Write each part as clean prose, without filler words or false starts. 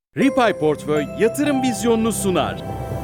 Ripay Portföy yatırım vizyonunu sunar.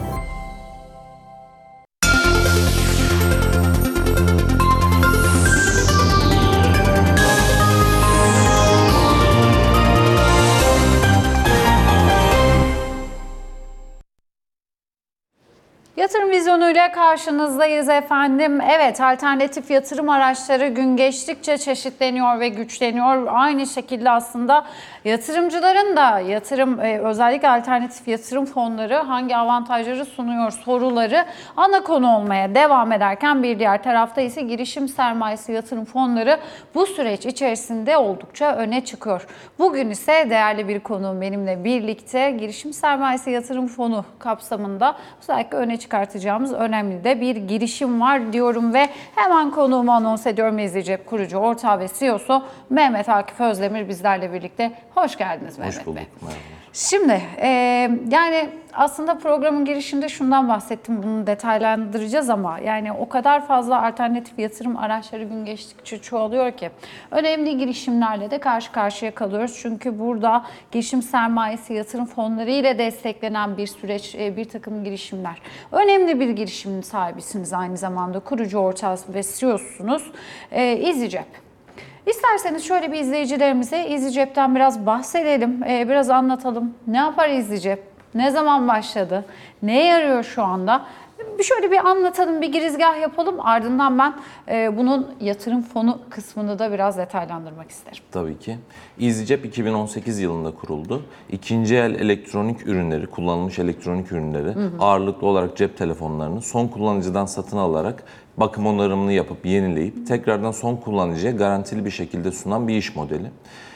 Yatırım vizyonuyla karşınızdayız efendim. Evet, alternatif yatırım araçları gün geçtikçe çeşitleniyor ve güçleniyor. Aynı şekilde aslında yatırımcıların da özellikle alternatif yatırım fonları hangi avantajları sunuyor soruları ana konu olmaya devam ederken bir diğer tarafta ise girişim sermayesi yatırım fonları bu süreç içerisinde oldukça öne çıkıyor. Bugün ise değerli bir konuğum benimle birlikte girişim sermayesi yatırım fonu kapsamında özellikle öne çıkartacağımız önemli de bir girişim var diyorum ve hemen konuğumu anons ediyorum. İzleyecek kurucu, ortağı ve CEO'su Mehmet Akif Özdemir bizlerle birlikte. Hoş geldiniz Mehmet Bey. Hoş bulduk. Merhaba. Şimdi yani aslında programın girişinde şundan bahsettim, bunu detaylandıracağız ama yani o kadar fazla alternatif yatırım araçları gün geçtikçe çoğalıyor ki önemli girişimlerle de karşı karşıya kalıyoruz. Çünkü burada girişim sermayesi yatırım fonları ile desteklenen bir süreç, bir takım girişimler. Önemli bir girişimin sahibisiniz, aynı zamanda kurucu, ortağı ve CEO'sunuz. EasyCep. İsterseniz şöyle bir izleyicilerimize EasyCep'ten biraz bahsedelim, biraz anlatalım. Ne yapar EasyCep? Ne zaman başladı? Neye yarıyor şu anda? Şöyle bir anlatalım, bir girizgah yapalım. Ardından ben bunun yatırım fonu kısmını da biraz detaylandırmak isterim. Tabii ki. EasyCep 2018 yılında kuruldu. İkinci el elektronik ürünleri, kullanılmış elektronik ürünleri, ağırlıklı olarak cep telefonlarını son kullanıcıdan satın alarak bakım onarımını yapıp yenileyip tekrardan son kullanıcıya garantili bir şekilde sunan bir iş modeli.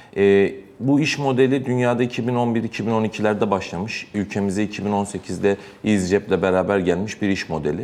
Bu iş modeli dünyada 2011-2012'lerde başlamış. Ülkemize 2018'de EasyCep'le beraber gelmiş bir iş modeli.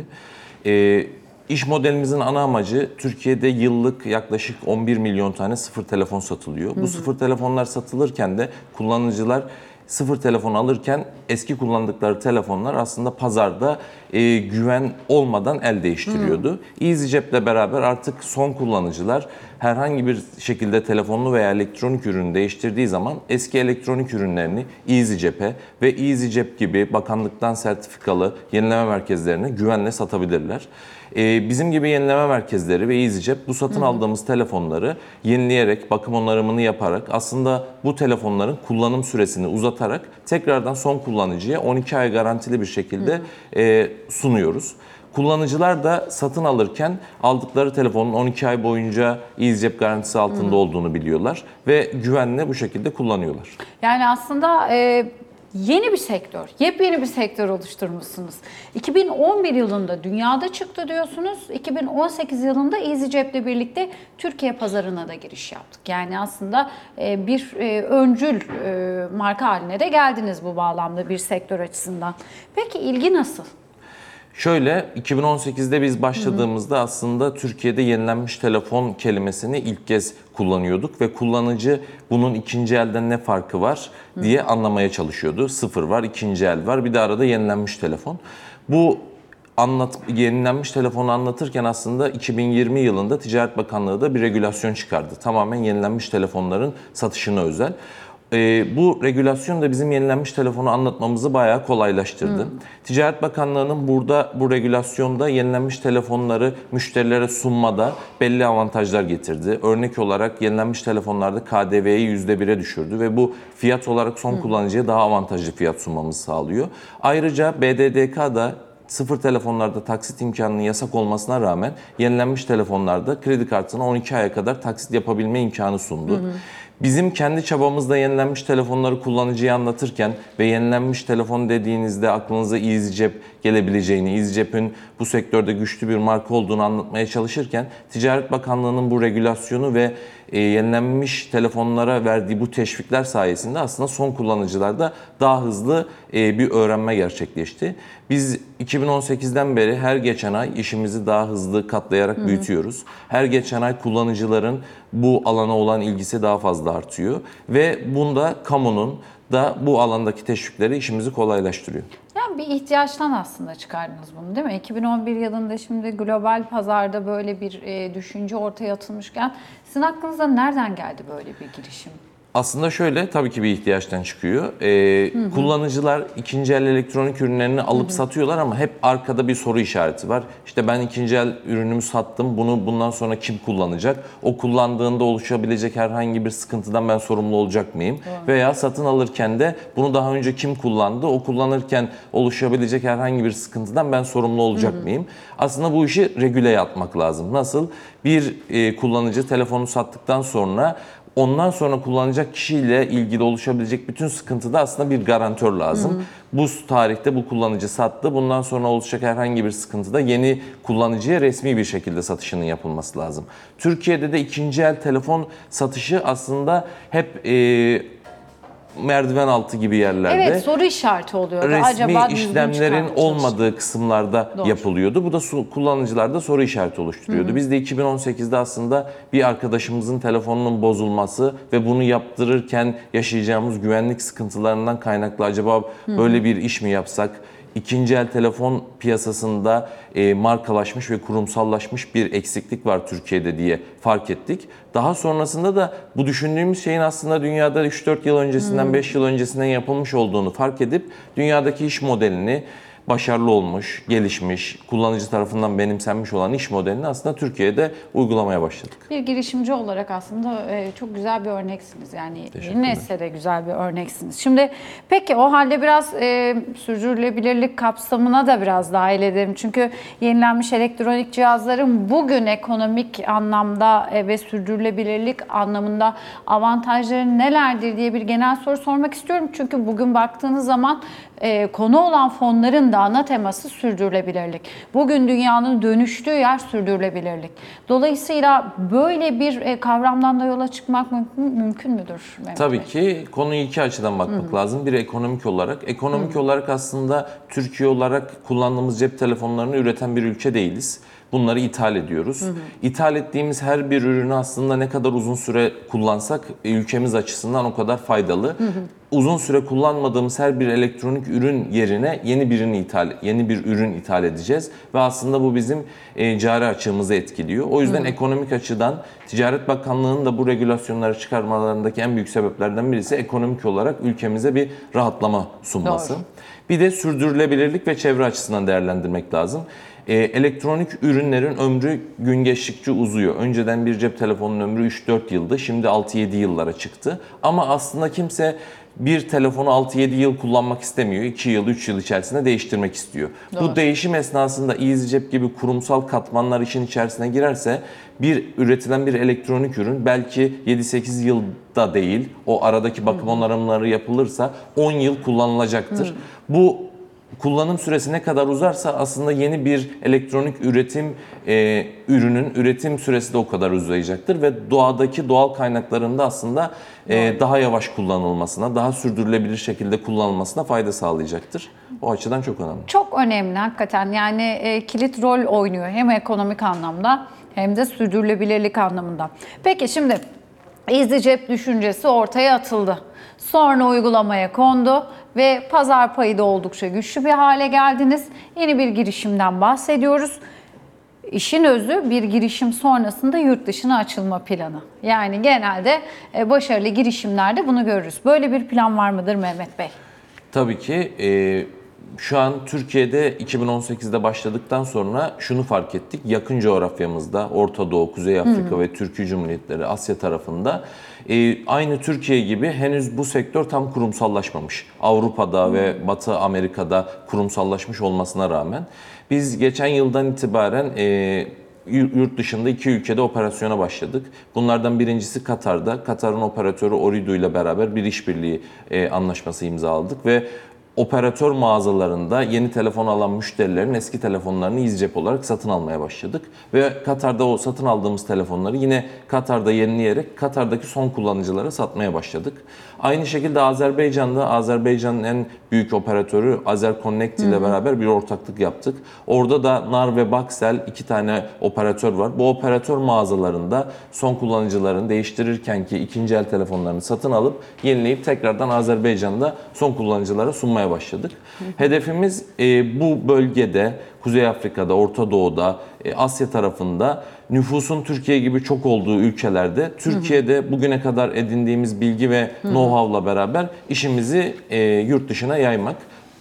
İş modelimizin ana amacı, Türkiye'de yıllık yaklaşık 11 milyon tane sıfır telefon satılıyor. Bu sıfır telefonlar satılırken de kullanıcılar sıfır telefon alırken eski kullandıkları telefonlar aslında pazarda güven olmadan el değiştiriyordu. EasyCep'le beraber artık son kullanıcılar herhangi bir şekilde telefonlu veya elektronik ürünü değiştirdiği zaman eski elektronik ürünlerini EasyCep'e ve EasyCep gibi bakanlıktan sertifikalı yenileme merkezlerine güvenle satabilirler. Bizim gibi yenileme merkezleri ve EasyCep bu satın aldığımız telefonları yenileyerek, bakım onarımını yaparak aslında bu telefonların kullanım süresini uzatarak tekrardan son kullanıcıya 12 ay garantili bir şekilde sunuyoruz. Kullanıcılar da satın alırken aldıkları telefonun 12 ay boyunca EasyCep garantisi altında olduğunu biliyorlar ve güvenle bu şekilde kullanıyorlar. Yani aslında yeni bir sektör, yepyeni bir sektör oluşturmuşsunuz. 2011 yılında dünyada çıktı diyorsunuz. 2018 yılında EasyCep'le birlikte Türkiye pazarına da giriş yaptık. Yani aslında bir öncül marka haline de geldiniz bu bağlamda bir sektör açısından. Peki ilgi nasıl? Şöyle, 2018'de biz başladığımızda aslında Türkiye'de yenilenmiş telefon kelimesini ilk kez kullanıyorduk ve kullanıcı bunun ikinci elden ne farkı var diye anlamaya çalışıyordu. Sıfır var, ikinci el var, bir de arada yenilenmiş telefon. Bu yenilenmiş telefonu anlatırken aslında 2020 yılında Ticaret Bakanlığı da bir regülasyon çıkardı. Tamamen yenilenmiş telefonların satışına özel. Bu regülasyon da bizim yenilenmiş telefonu anlatmamızı bayağı kolaylaştırdı. Ticaret Bakanlığı'nın burada bu regülasyonda yenilenmiş telefonları müşterilere sunmada belli avantajlar getirdi. Örnek olarak yenilenmiş telefonlarda KDV'yi %1'e düşürdü ve bu fiyat olarak son kullanıcıya daha avantajlı fiyat sunmamızı sağlıyor. Ayrıca BDDK da sıfır telefonlarda taksit imkanının yasak olmasına rağmen yenilenmiş telefonlarda kredi kartına 12 aya kadar taksit yapabilme imkanı sundu. Bizim kendi çabamızla yenilenmiş telefonları kullanıcıya anlatırken ve yenilenmiş telefon dediğinizde aklınıza EasyCep gelebileceğini, EasyCep'in bu sektörde güçlü bir marka olduğunu anlatmaya çalışırken Ticaret Bakanlığı'nın bu regülasyonu ve yenilenmiş telefonlara verdiği bu teşvikler sayesinde aslında son kullanıcılarda daha hızlı bir öğrenme gerçekleşti. Biz 2018'den beri her geçen ay işimizi daha hızlı katlayarak büyütüyoruz. Her geçen ay kullanıcıların bu alana olan ilgisi daha fazla artıyor ve bunda kamunun da bu alandaki teşvikleri işimizi kolaylaştırıyor. Yani bir ihtiyaçtan aslında çıkardınız bunu, değil mi? 2011 yılında şimdi global pazarda böyle bir düşünce ortaya atılmışken sizin aklınıza nereden geldi böyle bir girişim? Aslında şöyle, tabii ki bir ihtiyaçtan çıkıyor. Kullanıcılar ikinci el elektronik ürünlerini alıp satıyorlar ama hep arkada bir soru işareti var. İşte ben ikinci el ürünümü sattım, bunu bundan sonra kim kullanacak? O kullandığında oluşabilecek herhangi bir sıkıntıdan ben sorumlu olacak mıyım? Veya satın alırken de bunu daha önce kim kullandı? O kullanırken oluşabilecek herhangi bir sıkıntıdan ben sorumlu olacak mıyım? Aslında bu işi regüleye atmak lazım. Nasıl? Bir kullanıcı telefonu sattıktan sonra ondan sonra kullanacak kişiyle ilgili oluşabilecek bütün sıkıntıda aslında bir garantör lazım. Bu tarihte bu kullanıcı sattı. Bundan sonra oluşacak herhangi bir sıkıntıda yeni kullanıcıya resmi bir şekilde satışının yapılması lazım. Türkiye'de de ikinci el telefon satışı aslında hep merdiven altı gibi yerlerde. Evet, soru işareti oluyordu. Resmi Acaba işlemlerin olmadığı kısımlarda Doğru. yapılıyordu. Bu da kullanıcılarda soru işareti oluşturuyordu. Biz de 2018'de aslında bir arkadaşımızın telefonunun bozulması ve bunu yaptırırken yaşayacağımız güvenlik sıkıntılarından kaynaklı acaba böyle bir iş mi yapsak? İkinci el telefon piyasasında markalaşmış ve kurumsallaşmış bir eksiklik var Türkiye'de diye fark ettik. Daha sonrasında da bu düşündüğümüz şeyin aslında dünyada 3-4 yıl öncesinden, 5 yıl öncesinden yapılmış olduğunu fark edip dünyadaki iş modelini, başarılı olmuş, gelişmiş, kullanıcı tarafından benimsenmiş olan iş modelini aslında Türkiye'de uygulamaya başladık. Bir girişimci olarak aslında çok güzel bir örneksiniz. Yani yeni nesle de güzel bir örneksiniz. Şimdi peki o halde biraz sürdürülebilirlik kapsamına da biraz dahil edelim. Çünkü yenilenmiş elektronik cihazların bugün ekonomik anlamda ve sürdürülebilirlik anlamında avantajları nelerdir diye bir genel soru sormak istiyorum. Çünkü bugün baktığınız zaman konu olan fonların da ana teması sürdürülebilirlik. Bugün dünyanın dönüştüğü yer sürdürülebilirlik. Dolayısıyla böyle bir kavramdan da yola çıkmak mümkün müdür Mehmet Tabii Bey? ki konuyu iki açıdan bakmak lazım. Bir ekonomik olarak. Ekonomik olarak aslında Türkiye olarak kullandığımız cep telefonlarını üreten bir ülke değiliz. Bunları ithal ediyoruz. İthal ettiğimiz her bir ürünü aslında ne kadar uzun süre kullansak ülkemiz açısından o kadar faydalı. Uzun süre kullanmadığımız her bir elektronik ürün yerine yeni bir ürün ithal edeceğiz ve aslında bu bizim cari açığımızı etkiliyor. O yüzden ekonomik açıdan Ticaret Bakanlığı'nın da bu regülasyonları çıkarmalarındaki en büyük sebeplerden birisi ekonomik olarak ülkemize bir rahatlama sunması. Doğru. Bir de sürdürülebilirlik ve çevre açısından değerlendirmek lazım. Elektronik ürünlerin ömrü gün geçtikçe uzuyor. Önceden bir cep telefonunun ömrü 3-4 yıldı. Şimdi 6-7 yıllara çıktı. Ama aslında kimse bir telefonu 6-7 yıl kullanmak istemiyor. 2 yıl, 3 yıl içerisinde değiştirmek istiyor. Doğru. Bu değişim esnasında EasyCep gibi kurumsal katmanlar işin içerisine girerse üretilen bir elektronik ürün belki 7-8 yılda değil, o aradaki bakım onarımları yapılırsa 10 yıl kullanılacaktır. Bu kullanım süresi ne kadar uzarsa aslında yeni bir elektronik ürünün üretim süresi de o kadar uzayacaktır ve doğadaki doğal kaynaklarında aslında daha yavaş kullanılmasına, daha sürdürülebilir şekilde kullanılmasına fayda sağlayacaktır. O açıdan çok önemli. Çok önemli hakikaten. Yani kilit rol oynuyor hem ekonomik anlamda hem de sürdürülebilirlik anlamında. Peki şimdi EasyCep düşüncesi ortaya atıldı. Sonra uygulamaya kondu ve pazar payı da oldukça güçlü bir hale geldiniz. Yeni bir girişimden bahsediyoruz. İşin özü bir girişim sonrasında yurt dışına açılma planı. Yani genelde başarılı girişimlerde bunu görürüz. Böyle bir plan var mıdır Mehmet Bey? Tabii ki şu an Türkiye'de 2018'de başladıktan sonra şunu fark ettik. Yakın coğrafyamızda Orta Doğu, Kuzey Afrika ve Türkiye Cumhuriyetleri, Asya tarafında aynı Türkiye gibi henüz bu sektör tam kurumsallaşmamış. Avrupa'da ve Batı Amerika'da kurumsallaşmış olmasına rağmen biz geçen yıldan itibaren yurt dışında 2 ülkede operasyona başladık. Bunlardan birincisi Katar'da. Katar'ın operatörü Ooredoo ile beraber bir işbirliği anlaşması imzaladık ve operatör mağazalarında yeni telefon alan müşterilerin eski telefonlarını EasyCep olarak satın almaya başladık. Ve Katar'da o satın aldığımız telefonları yine Katar'da yenileyerek Katar'daki son kullanıcılara satmaya başladık. Aynı şekilde Azerbaycan'da Azerbaycan'ın en büyük operatörü Azerconnect ile beraber bir ortaklık yaptık. Orada da Nar ve Baksel 2 tane operatör var. Bu operatör mağazalarında son kullanıcıların değiştirirkenki ikinci el telefonlarını satın alıp yenileyip tekrardan Azerbaycan'da son kullanıcılara sunmaya yapmaya başladık. Hedefimiz bu bölgede, Kuzey Afrika'da, Orta Doğu'da, Asya tarafında nüfusun Türkiye gibi çok olduğu ülkelerde Türkiye'de bugüne kadar edindiğimiz bilgi ve know-how'la beraber işimizi yurt dışına yaymak.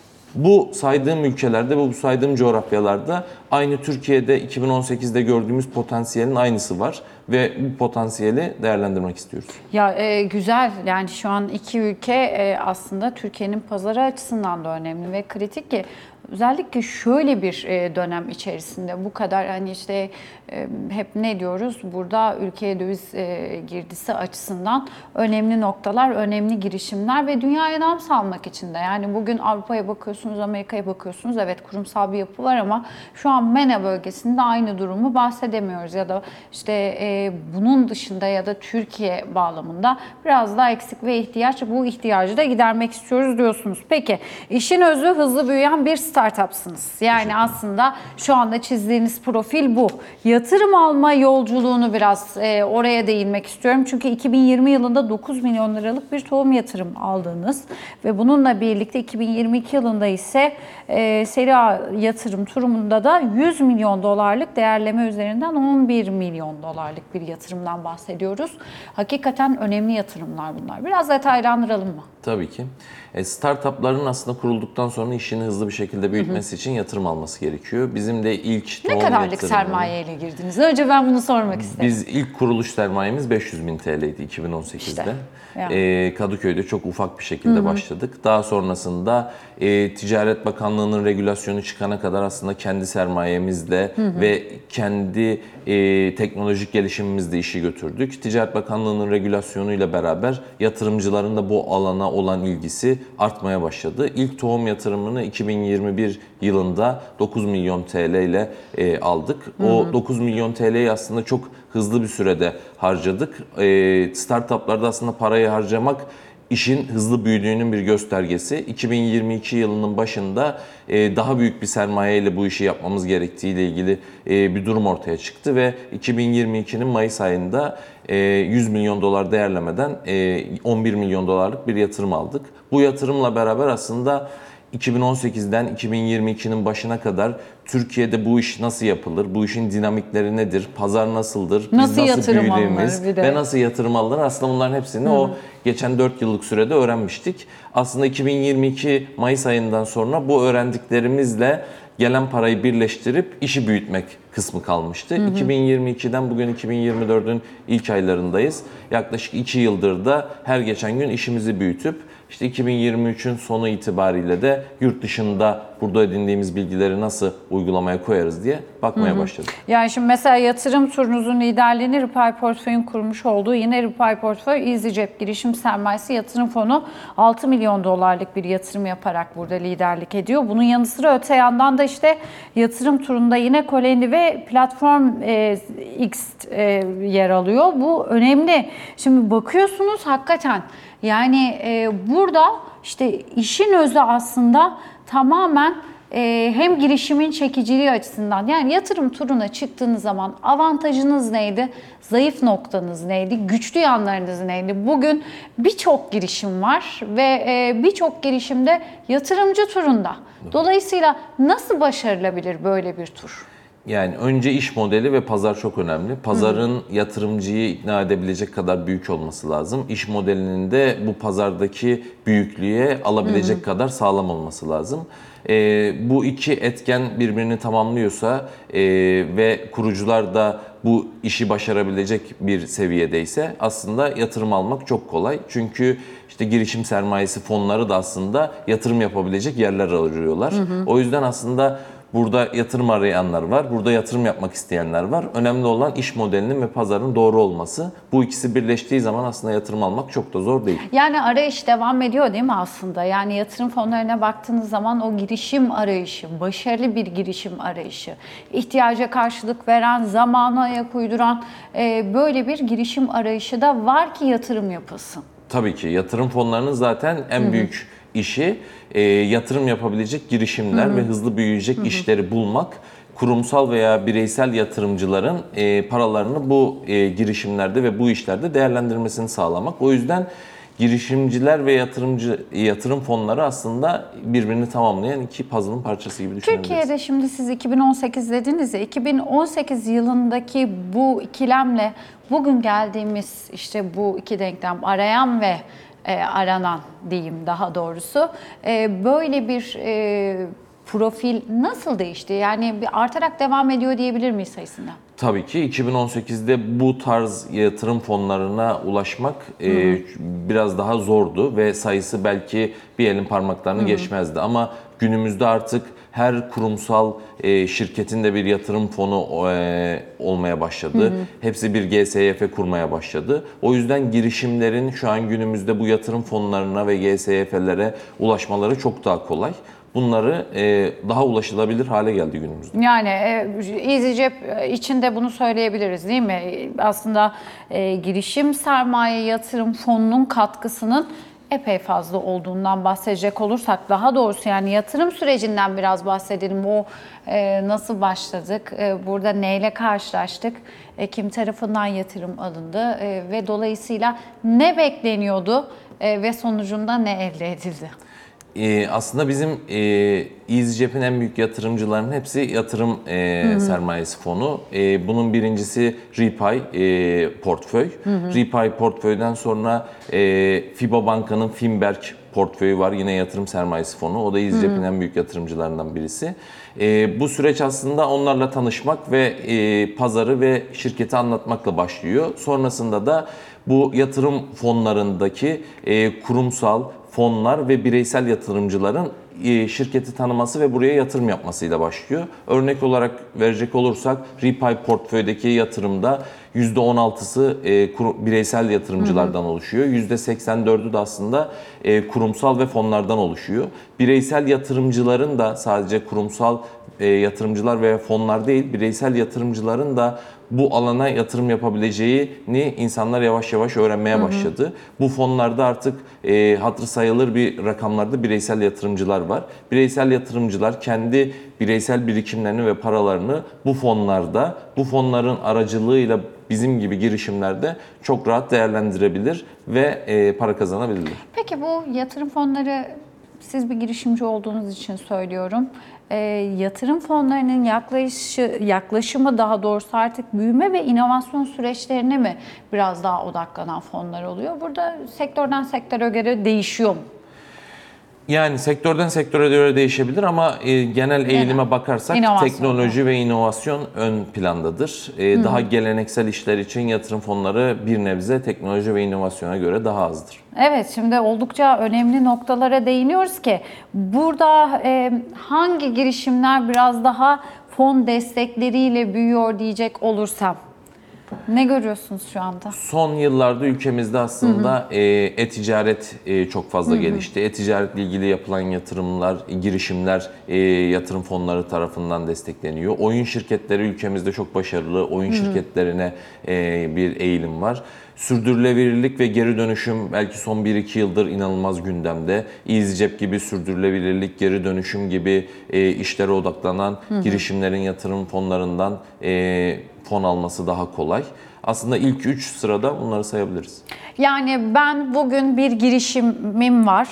Bu saydığım ülkelerde, bu saydığım coğrafyalarda aynı Türkiye'de 2018'de gördüğümüz potansiyelin aynısı var ve bu potansiyeli değerlendirmek istiyoruz. Ya güzel, yani şu an iki ülke aslında Türkiye'nin pazarı açısından da önemli ve kritik ki özellikle şöyle bir dönem içerisinde bu kadar hani işte hep ne diyoruz burada ülkeye döviz girdisi açısından önemli noktalar, önemli girişimler ve dünyaya nam salmak için de yani bugün Avrupa'ya bakıyorsunuz, Amerika'ya bakıyorsunuz, evet kurumsal bir yapı var ama şu an MENA bölgesinde aynı durumu bahsedemiyoruz ya da işte bunun dışında ya da Türkiye bağlamında biraz daha eksik ve ihtiyaç, bu ihtiyacı da gidermek istiyoruz diyorsunuz. Peki işin özü hızlı büyüyen bir startupsınız. Yani aslında şu anda çizdiğiniz profil bu. Yatırım alma yolculuğunu biraz oraya değinmek istiyorum. Çünkü 2020 yılında 9 milyon liralık bir tohum yatırım aldınız ve bununla birlikte 2022 yılında ise seri A yatırım turumunda da 100 milyon dolarlık değerleme üzerinden 11 milyon dolarlık bir yatırımdan bahsediyoruz. Hakikaten önemli yatırımlar bunlar. Biraz detaylandıralım mı? Tabii ki. Startupların aslında kurulduktan sonra işini hızlı bir şekilde büyütmesi için yatırım alması gerekiyor. Bizim de ilk Ne tohum kadarlık yatırımı- sermayeyle girdiniz? Önce ben bunu sormak isterim. Biz ilk kuruluş sermayemiz 500 bin TL'ydi 2018'de. İşte, yani. Kadıköy'de çok ufak bir şekilde başladık. Daha sonrasında Ticaret Bakanlığı'nın regülasyonu çıkana kadar aslında kendi sermayemizle ve kendi teknolojik gelişimimizle işi götürdük. Ticaret Bakanlığı'nın regülasyonuyla beraber yatırımcıların da bu alana olan ilgisi artmaya başladı. İlk tohum yatırımını 2021 yılında 9 milyon TL ile aldık. O 9 milyon TL'yi aslında çok hızlı bir sürede harcadık. Startuplarda aslında parayı harcamak işin hızlı büyüdüğünün bir göstergesi. 2022 yılının başında daha büyük bir sermayeyle bu işi yapmamız gerektiğiyle ilgili bir durum ortaya çıktı ve 2022'nin Mayıs ayında 100 milyon dolar değerlemeden 11 milyon dolarlık bir yatırım aldık. Bu yatırımla beraber aslında 2018'den 2022'nin başına kadar Türkiye'de bu iş nasıl yapılır, bu işin dinamikleri nedir, pazar nasıldır, Nasıl biz yatırım büyüdüğümüz alınır bir de. ve nasıl yatırım alınır aslında bunların hepsini o geçen 4 yıllık sürede öğrenmiştik. Aslında 2022 Mayıs ayından sonra bu öğrendiklerimizle gelen parayı birleştirip işi büyütmek kısmı kalmıştı. 2022'den bugün 2024'ün ilk aylarındayız. Yaklaşık 2 yıldır da her geçen gün işimizi büyütüp işte 2023'ün sonu itibariyle de yurt dışında burada edindiğimiz bilgileri nasıl uygulamaya koyarız diye bakmaya başladık. Yani şimdi mesela yatırım turunuzun liderliğini Ripay Portföy'ün kurmuş olduğu yine Ripay Portföy EasyCep girişim sermayesi yatırım fonu 6 milyon dolarlık bir yatırım yaparak burada liderlik ediyor. Bunun yanı sıra öte yandan da işte yatırım turunda yine Colendi ve Platform X yer alıyor. Bu önemli. Şimdi bakıyorsunuz hakikaten yani burada işte işin özü aslında tamamen hem girişimin çekiciliği açısından yani yatırım turuna çıktığınız zaman avantajınız neydi, zayıf noktanız neydi, güçlü yanlarınız neydi? Bugün birçok girişim var ve birçok girişimde yatırımcı turunda. Dolayısıyla nasıl başarılabilir böyle bir tur? Yani önce iş modeli ve pazar çok önemli. Pazarın yatırımcıyı ikna edebilecek kadar büyük olması lazım. İş modelinin de bu pazardaki büyüklüğe alabilecek kadar sağlam olması lazım. Bu iki etken birbirini tamamlıyorsa ve kurucular da bu işi başarabilecek bir seviyedeyse aslında yatırım almak çok kolay. Çünkü işte girişim sermayesi fonları da aslında yatırım yapabilecek yerler arıyorlar. O yüzden aslında burada yatırım arayanlar var, burada yatırım yapmak isteyenler var. Önemli olan iş modelinin ve pazarın doğru olması. Bu ikisi birleştiği zaman aslında yatırım almak çok da zor değil. Yani arayış devam ediyor değil mi aslında? Yani yatırım fonlarına baktığınız zaman o girişim arayışı, başarılı bir girişim arayışı, ihtiyaca karşılık veren, zamana ayak uyduran böyle bir girişim arayışı da var ki yatırım yapılsın. Tabii ki yatırım fonlarının zaten en büyük işi yatırım yapabilecek girişimler ve hızlı büyüyecek işleri bulmak. Kurumsal veya bireysel yatırımcıların paralarını bu girişimlerde ve bu işlerde değerlendirmesini sağlamak. O yüzden girişimciler ve yatırım fonları aslında birbirini tamamlayan iki puzzle'ın parçası gibi düşünebiliriz. Türkiye'de şimdi siz 2018 dediniz ya, 2018 yılındaki bu ikilemle bugün geldiğimiz işte bu iki denklem, arayan ve aranan diyeyim daha doğrusu, böyle bir profil nasıl değişti? Yani bir artarak devam ediyor diyebilir miyiz sayısında? Tabii ki 2018'de bu tarz yatırım fonlarına ulaşmak biraz daha zordu ve sayısı belki bir elin parmaklarını geçmezdi. Ama günümüzde artık her kurumsal şirketin de bir yatırım fonu olmaya başladı. Hepsi bir GSYF kurmaya başladı. O yüzden girişimlerin şu an günümüzde bu yatırım fonlarına ve GSYF'lere ulaşmaları çok daha kolay. Bunları daha ulaşılabilir hale geldi günümüzde. Yani EasyCep için de bunu söyleyebiliriz değil mi? Aslında girişim sermaye yatırım fonunun katkısının epey fazla olduğundan bahsedecek olursak, daha doğrusu yani yatırım sürecinden biraz bahsedelim. O nasıl başladık, burada neyle karşılaştık, kim tarafından yatırım alındı ve dolayısıyla ne bekleniyordu ve sonucunda ne elde edildi? Aslında bizim EasyCep'in en büyük yatırımcılarının hepsi yatırım sermayesi fonu. Bunun birincisi Repay portföy. Repay portföyden sonra FIBA Banka'nın Finberg portföyü var. Yine yatırım sermayesi fonu. O da EasyCep'in en büyük yatırımcılarından birisi. Bu süreç aslında onlarla tanışmak ve pazarı ve şirketi anlatmakla başlıyor. Sonrasında da bu yatırım fonlarındaki kurumsal fonlar ve bireysel yatırımcıların şirketi tanıması ve buraya yatırım yapmasıyla başlıyor. Örnek olarak verecek olursak Repay portföydeki yatırımda %16'sı bireysel yatırımcılardan oluşuyor. %84'ü de aslında kurumsal ve fonlardan oluşuyor. Bireysel yatırımcıların da sadece kurumsal yatırımcılar veya fonlar değil, bireysel yatırımcıların da bu alana yatırım yapabileceğini insanlar yavaş yavaş öğrenmeye başladı. Bu fonlarda artık hatırı sayılır bir rakamlarda bireysel yatırımcılar var. Bireysel yatırımcılar kendi bireysel birikimlerini ve paralarını bu fonlarda, bu fonların aracılığıyla bizim gibi girişimlerde çok rahat değerlendirebilir ve para kazanabilirler. Peki bu yatırım fonları, siz bir girişimci olduğunuz için söylüyorum, yatırım fonlarının yaklaşımı daha doğrusu artık büyüme ve inovasyon süreçlerine mi biraz daha odaklanan fonlar oluyor? Burada sektörden sektöre göre değişiyor mu? Yani sektörden sektöre göre değişebilir ama genel eğilime bakarsak teknoloji ve inovasyon ön plandadır. Daha geleneksel işler için yatırım fonları bir nebze teknoloji ve inovasyona göre daha azdır. Evet, şimdi oldukça önemli noktalara değiniyoruz ki burada hangi girişimler biraz daha fon destekleriyle büyüyor diyecek olursam, ne görüyorsunuz şu anda? Son yıllarda ülkemizde aslında e-ticaret çok fazla gelişti. E-ticaretle ilgili yapılan yatırımlar, girişimler yatırım fonları tarafından destekleniyor. Oyun şirketleri ülkemizde çok başarılı. Oyun şirketlerine bir eğilim var. Sürdürülebilirlik ve geri dönüşüm belki son 1-2 yıldır inanılmaz gündemde. EasyCep gibi sürdürülebilirlik, geri dönüşüm gibi işlere odaklanan girişimlerin yatırım fonlarından fon alması daha kolay. Aslında ilk 3 sırada bunları sayabiliriz. Yani ben bugün bir girişimim var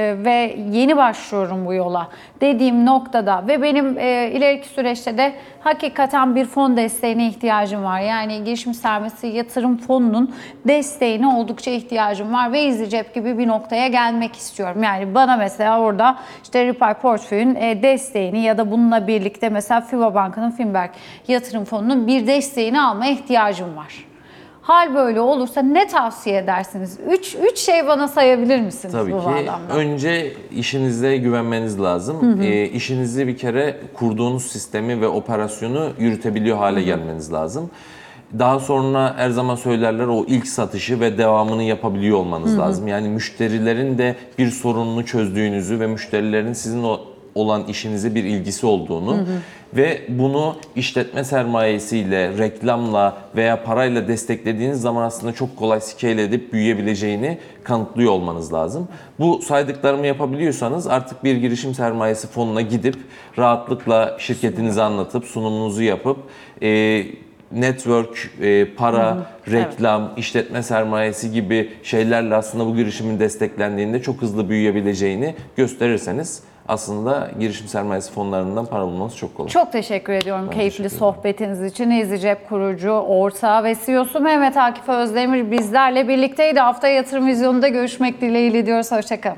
ve yeni başlıyorum bu yola dediğim noktada ve benim ileriki süreçte de hakikaten bir fon desteğine ihtiyacım var. Yani girişim sermayesi yatırım fonunun desteğine oldukça ihtiyacım var ve EasyCep gibi bir noktaya gelmek istiyorum. Yani bana mesela orada işte Repay portföyün desteğini ya da bununla birlikte mesela FIBA Banka'nın Finberg yatırım fonunun bir desteğini almaya ihtiyacım var. Hal böyle olursa ne tavsiye edersiniz? Üç şey bana sayabilir misiniz Tabii bu ki. bağlamda? Önce işinize güvenmeniz lazım. İşinizi bir kere kurduğunuz sistemi ve operasyonu yürütebiliyor hale gelmeniz lazım. Daha sonra her zaman söylerler o ilk satışı ve devamını yapabiliyor olmanız lazım. Yani müşterilerin de bir sorununu çözdüğünüzü ve müşterilerin sizin olan işinize bir ilgisi olduğunu ve bunu işletme sermayesiyle, reklamla veya parayla desteklediğiniz zaman aslında çok kolay scale edip büyüyebileceğini kanıtlıyor olmanız lazım. Bu saydıklarımı yapabiliyorsanız artık bir girişim sermayesi fonuna gidip rahatlıkla şirketinizi anlatıp sunumunuzu yapıp network, para, reklam, işletme sermayesi gibi şeylerle aslında bu girişimin desteklendiğinde çok hızlı büyüyebileceğini gösterirseniz aslında girişim sermayesi fonlarından para bulmanız çok kolay. Çok teşekkür ediyorum keyifli teşekkür ederim. sohbetiniz için. EasyCep kurucu, ortağı ve CEO'su Mehmet Akif Özdemir bizlerle birlikteydi. Hafta Yatırım Vizyonu'nda görüşmek dileğiyle diyoruz. Hoşçakalın.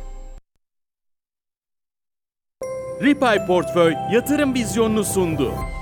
Ripay Portföy Yatırım Vizyonu'nu sundu.